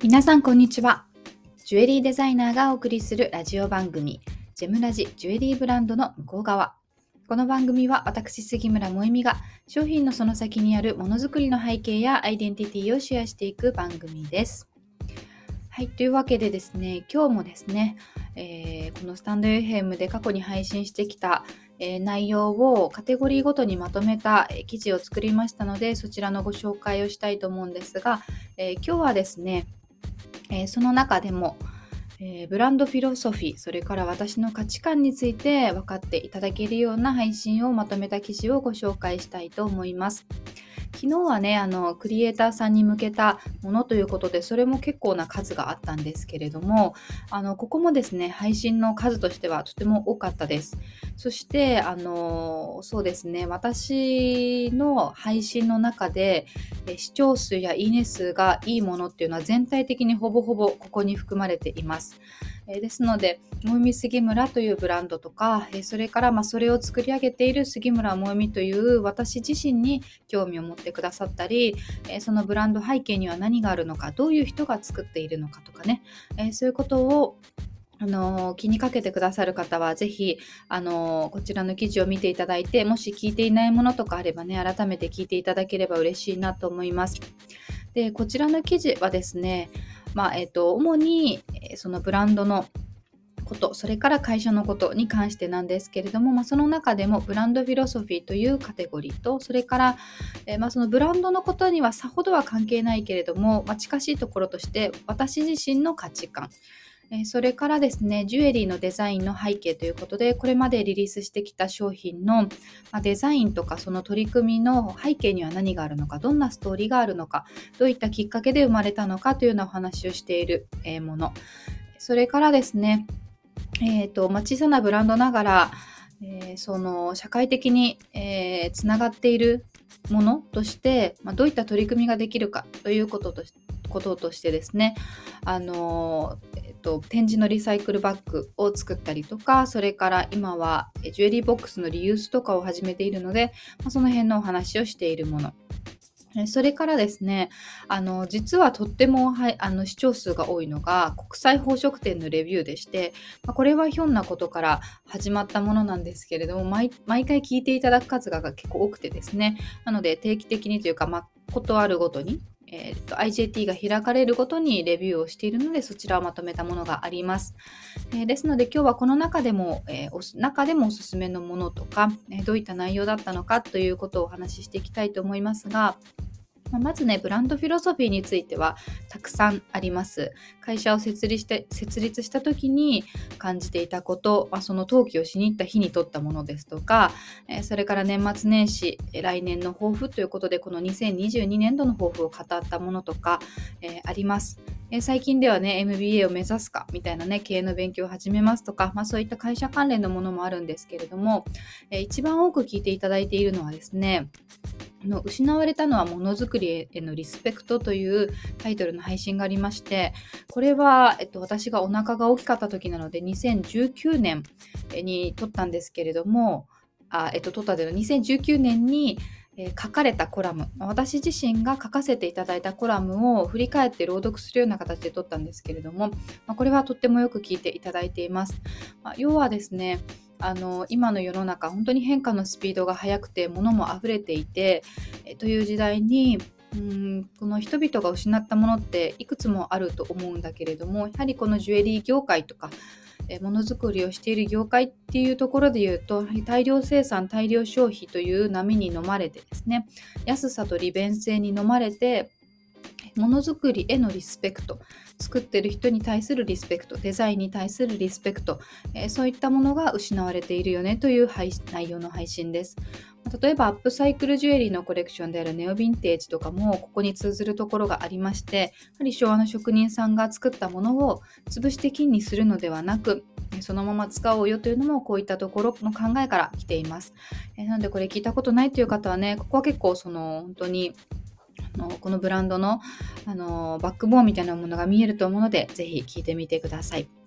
皆さんこんにちは。ジュエリーデザイナーがお送りするラジオ番組ジェムラジジュエリーブランドの向こう側。この番組は私杉村萌実が商品のその先にあるものづくりの背景やアイデンティティをシェアしていく番組です。はい、というわけでですね、今日もですね、このスタンド FM で過去に配信してきた、内容をカテゴリーごとにまとめた、記事を作りましたので、そちらのご紹介をしたいと思うんですが、今日はですね、その中でも、ブランドフィロソフィー、それから私の価値観について分かっていただけるような配信をまとめた記事をご紹介したいと思います。昨日はね、クリエイターさんに向けたものということで、それも結構な数があったんですけれども、ここもですね、配信の数としてはとても多かったです。そして、そうですね、私の配信の中で、視聴数やいいね数がいいものっていうのは全体的にほぼほぼここに含まれています。ですので、萌実杉村というブランドとか、それからそれを作り上げている杉村萌実という私自身に興味を持ってくださったり、そのブランド背景には何があるのか、どういう人が作っているのかとかね、そういうことを気にかけてくださる方はぜひこちらの記事を見ていただいて、もし聞いていないものとかあればね、改めて聞いていただければ嬉しいなと思います。で、こちらの記事はですね、主にそのブランドのこと、それから会社のことに関してなんですけれども、その中でもブランドフィロソフィーというカテゴリーと、それから、そのブランドのことにはさほどは関係ないけれども、近しいところとして私自身の価値観、それからですね、ジュエリーのデザインの背景ということで、これまでリリースしてきた商品のデザインとかその取り組みの背景には何があるのか、どんなストーリーがあるのか、どういったきっかけで生まれたのかというようなお話をしているもの。それからですね、小さなブランドながら、その社会的につながっているものとして、どういった取り組みができるかということとしてですね、展示のリサイクルバッグを作ったりとか、それから今はジュエリーボックスのリユースとかを始めているので、その辺のお話をしているもの。それからですね、実はとっても、視聴数が多いのが国際宝飾店のレビューでして、これはひょんなことから始まったものなんですけれども、毎回聞いていただく数が結構多くてですね、なので定期的にというか、ことあるごとに、IJT が開かれるごとにレビューをしているので、そちらをまとめたものがあります。ですので今日はこの中でも、おすすめのものとか、どういった内容だったのかということをお話ししていきたいと思いますが、まずね、ブランドフィロソフィーについてはたくさんあります。会社を設立した時に感じていたこと、その登記をしに行った日に撮ったものですとか、それから年末年始、来年の抱負ということで、この2022年度の抱負を語ったものとか、あります。最近ではね、MBA を目指すかみたいなね、経営の勉強を始めますとか、そういった会社関連のものもあるんですけれども、一番多く聞いていただいているのはですね、失われたのはものづくりへのリスペクトというタイトルの配信がありまして、これは、私がお腹が大きかった時なので2019年に撮ったんですけれども、撮ったでの2019年に書かれたコラム、私自身が書かせていただいたコラムを振り返って朗読するような形で撮ったんですけれども、これはとってもよく聞いていただいています。要はですね、今の世の中本当に変化のスピードが速くて物も溢れていて、という時代にこの人々が失ったものっていくつもあると思うんだけれども、やはりこのジュエリー業界とかものづくりをしている業界っていうところで言うと、やはり大量生産大量消費という波に飲まれてですね、安さと利便性に飲まれて、ものづくりへのリスペクト、作ってる人に対するリスペクト、デザインに対するリスペクト、そういったものが失われているよねという内容の配信です。例えばアップサイクルジュエリーのコレクションであるネオヴィンテージとかもここに通ずるところがありまして、やはり昭和の職人さんが作ったものを潰して金にするのではなく、そのまま使おうよというのもこういったところの考えから来ています。なのでこれ聞いたことないという方はね、ここは結構本当にこのブランドの、バックボーンみたいなものが見えると思うので、ぜひ聞いてみてください。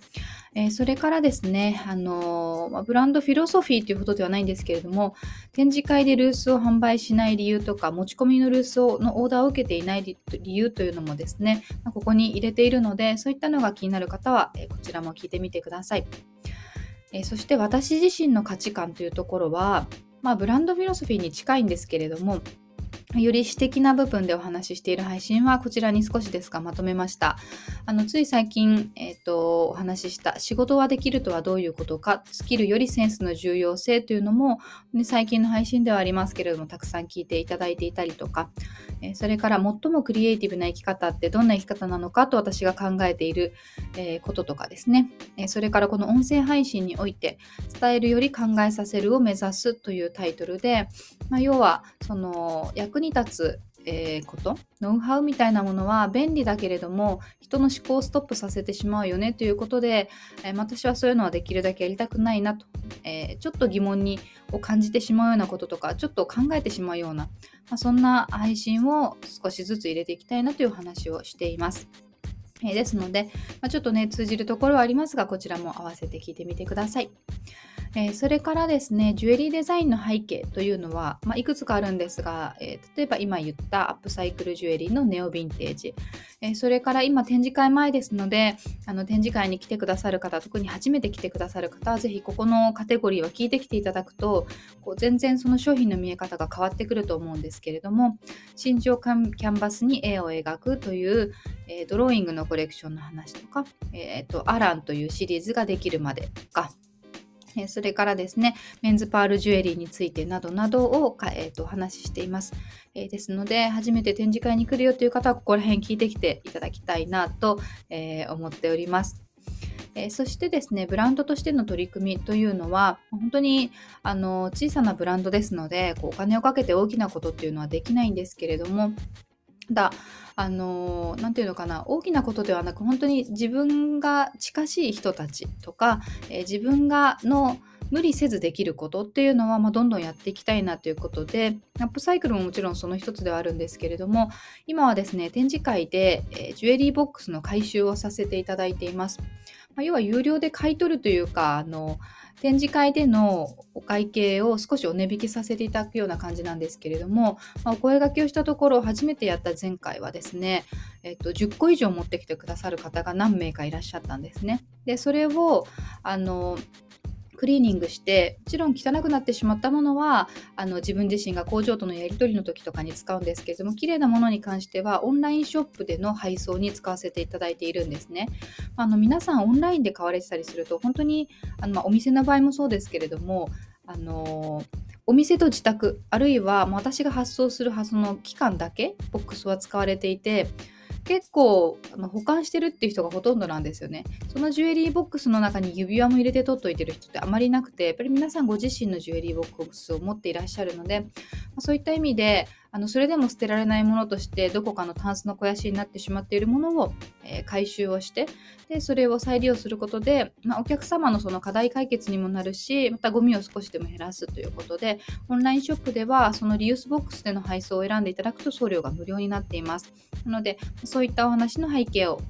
それからですね、ブランドフィロソフィーということではないんですけれども、展示会でルースを販売しない理由とか、持ち込みのルースのオーダーを受けていない理由というのもですね、ここに入れているので、そういったのが気になる方は、こちらも聞いてみてください。そして私自身の価値観というところは、ブランドフィロソフィーに近いんですけれども、より私的な部分でお話ししている配信はこちらに少しですがまとめました。つい最近、お話しした仕事はできるとはどういうことか、スキルよりセンスの重要性というのも、ね、最近の配信ではありますけれども、たくさん聞いていただいていたりとか、それから最もクリエイティブな生き方ってどんな生き方なのかと私が考えている、こととかですね、それからこの音声配信において伝えるより考えさせるを目指すというタイトルで、要はその役に立つことノウハウみたいなものは便利だけれども人の思考をストップさせてしまうよねということで、私はそういうのはできるだけやりたくないなと、ちょっと疑問を感じてしまうようなこととかちょっと考えてしまうような、そんな配信を少しずつ入れていきたいなという話をしています。ですので、ちょっとね通じるところはありますがこちらも合わせて聞いてみてください。それからですね、ジュエリーデザインの背景というのは、いくつかあるんですが、例えば今言ったアップサイクルジュエリーのネオヴィンテージ、それから今展示会前ですので、展示会に来てくださる方、特に初めて来てくださる方は、ぜひここのカテゴリーは聞いてきていただくと、全然その商品の見え方が変わってくると思うんですけれども、真珠キャンバスに絵を描くという、ドローイングのコレクションの話とか、アランというシリーズができるまでとか、それからですね、メンズパールジュエリーについてなどなどをお話ししています。ですので、初めて展示会に来るよという方は、ここら辺聞いてきていただきたいなと、思っております。そしてですね、ブランドとしての取り組みというのは、本当に小さなブランドですので、お金をかけて大きなことっていうのはできないんですけれども、ただなんていうのかな、大きなことではなく、本当に自分が近しい人たちとか、自分の無理せずできることっていうのは、どんどんやっていきたいなということで、アップサイクルももちろんその一つではあるんですけれども、今はですね、展示会で、ジュエリーボックスの回収をさせていただいています。要は有料で買い取るというか、展示会でのお会計を少しお値引きさせていただくような感じなんですけれども、お声掛けをしたところ、初めてやった前回はですね、10個以上持ってきてくださる方が何名かいらっしゃったんですね。で、それをクリーニングして、もちろん汚くなってしまったものは自分自身が工場とのやり取りの時とかに使うんですけれども、綺麗なものに関してはオンラインショップでの配送に使わせていただいているんですね。皆さんオンラインで買われてたりすると、本当にお店の場合もそうですけれども、お店と自宅、あるいは私が発送するその期間だけボックスは使われていて、結構保管してるっていう人がほとんどなんですよね。そのジュエリーボックスの中に指輪も入れて取っといてる人ってあまりなくて、やっぱり皆さんご自身のジュエリーボックスを持っていらっしゃるので、そういった意味でそれでも捨てられないものとしてどこかのタンスの肥やしになってしまっているものを、回収をして、でそれを再利用することで、お客様のその課題解決にもなるし、またゴミを少しでも減らすということで、オンラインショップではそのリユースボックスでの配送を選んでいただくと送料が無料になっています。なのでそういったお話の背景を、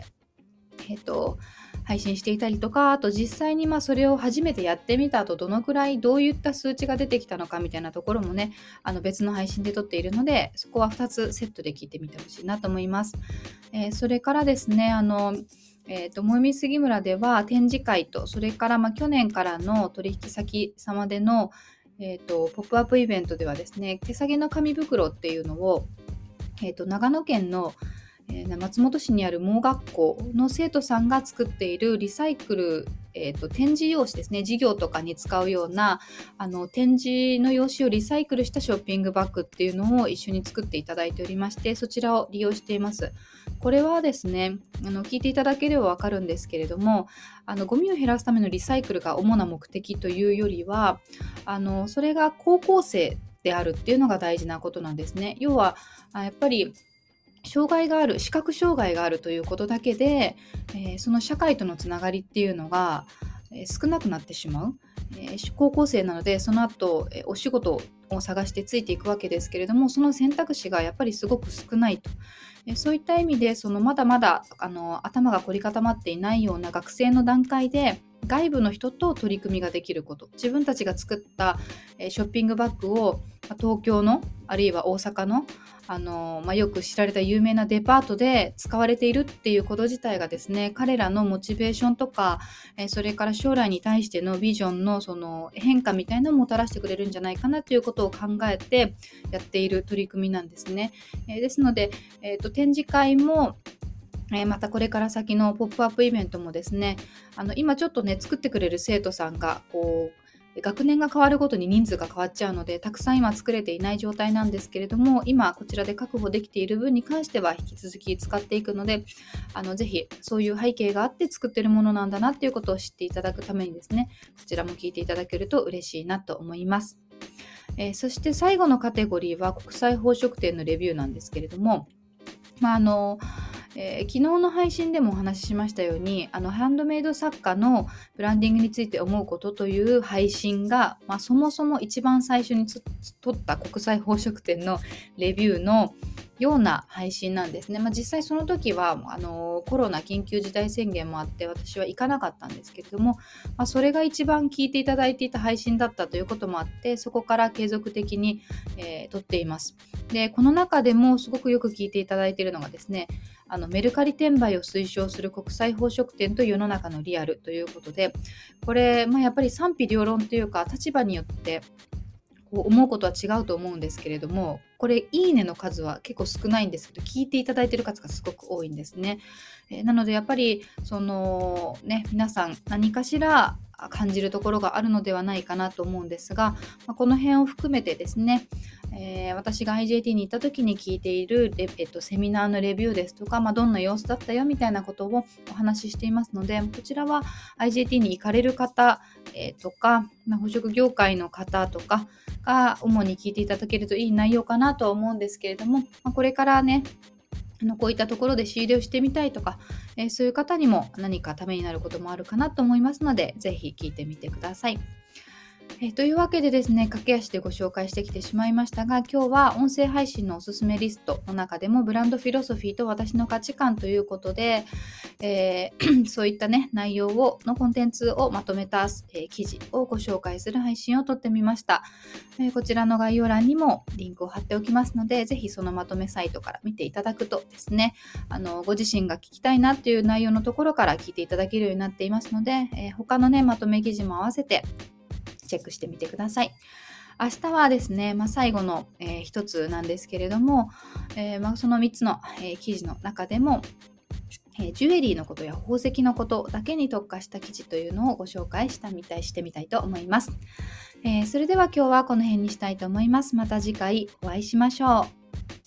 配信していたりとか、あと実際にそれを初めてやってみた後、どのくらいどういった数値が出てきたのかみたいなところもね、別の配信で撮っているので、そこは2つセットで聞いてみてほしいなと思います。それからですね、もみ杉村では展示会と、それから去年からの取引先様での、ポップアップイベントではですね、手提げの紙袋っていうのを、長野県の松本市にある盲学校の生徒さんが作っているリサイクル、展示用紙ですね、授業とかに使うような展示の用紙をリサイクルしたショッピングバッグっていうのを一緒に作っていただいておりまして、そちらを利用しています。これはですね、聞いていただければわかるんですけれども、ゴミを減らすためのリサイクルが主な目的というよりは、それが高校生であるっていうのが大事なことなんですね。要はやっぱり障害がある、視覚障害があるということだけで、その社会とのつながりっていうのが、 少なくなってしまう。高校生なのでその後、お仕事を探してついていくわけですけれども、その選択肢がやっぱりすごく少ないと。そういった意味でまだまだ頭が凝り固まっていないような学生の段階で外部の人と取り組みができること、自分たちが作った、ショッピングバッグを東京のあるいは大阪の、よく知られた有名なデパートで使われているっていうこと自体がですね、彼らのモチベーションとか、それから将来に対してのビジョンのその変化みたいなのをもたらしてくれるんじゃないかなということを考えてやっている取り組みなんですね。ですので、展示会もまたこれから先のポップアップイベントもですね、今ちょっとね作ってくれる生徒さんが学年が変わるごとに人数が変わっちゃうので、たくさん今作れていない状態なんですけれども、今こちらで確保できている分に関しては引き続き使っていくので、ぜひそういう背景があって作ってるものなんだなっていうことを知っていただくためにですね、こちらも聞いていただけると嬉しいなと思います。そして最後のカテゴリーは国際宝飾店のレビューなんですけれども、昨日の配信でもお話ししましたように、ハンドメイド作家のブランディングについて思うことという配信が、そもそも一番最初に撮った国際宝飾店のレビューのような配信なんですね。実際その時はコロナ緊急事態宣言もあって私は行かなかったんですけれども、それが一番聞いていただいていた配信だったということもあって、そこから継続的に、撮っています。で、この中でもすごくよく聞いていただいているのがですね、メルカリ転売を推奨する国際宝飾店と世の中のリアルということで、これ、やっぱり賛否両論というか立場によって思うことは違うと思うんですけれども、これいいねの数は結構少ないんですけど、聞いていただいている数がすごく多いんですね。なのでやっぱり皆さん何かしら感じるところがあるのではないかなと思うんですが、この辺を含めてですね、私が IJT に行った時に聞いているセミナーのレビューですとか、どんな様子だったよみたいなことをお話ししていますので、こちらは IJT に行かれる方、とか、宝飾業界の方とかが主に聞いていただけるといい内容かなとは思うんですけれども、これからねこういったところで仕入れをしてみたいとか、そういう方にも何かためになることもあるかなと思いますので、ぜひ聞いてみてください。というわけでですね、駆け足でご紹介してきてしまいましたが、今日は音声配信のおすすめリストの中でもブランドフィロソフィーと私の価値観ということで、そういったね内容のコンテンツをまとめた、記事をご紹介する配信をとってみました。こちらの概要欄にもリンクを貼っておきますので、ぜひそのまとめサイトから見ていただくとですね、ご自身が聞きたいなっていう内容のところから聞いていただけるようになっていますので、他のねまとめ記事も合わせてチェックしてみてください。明日はですね、最後の、一つなんですけれども、その3つの、記事の中でも、ジュエリーのことや宝石のことだけに特化した記事というのをご紹介してみたいと思います。それでは今日はこの辺にしたいと思います。また次回お会いしましょう。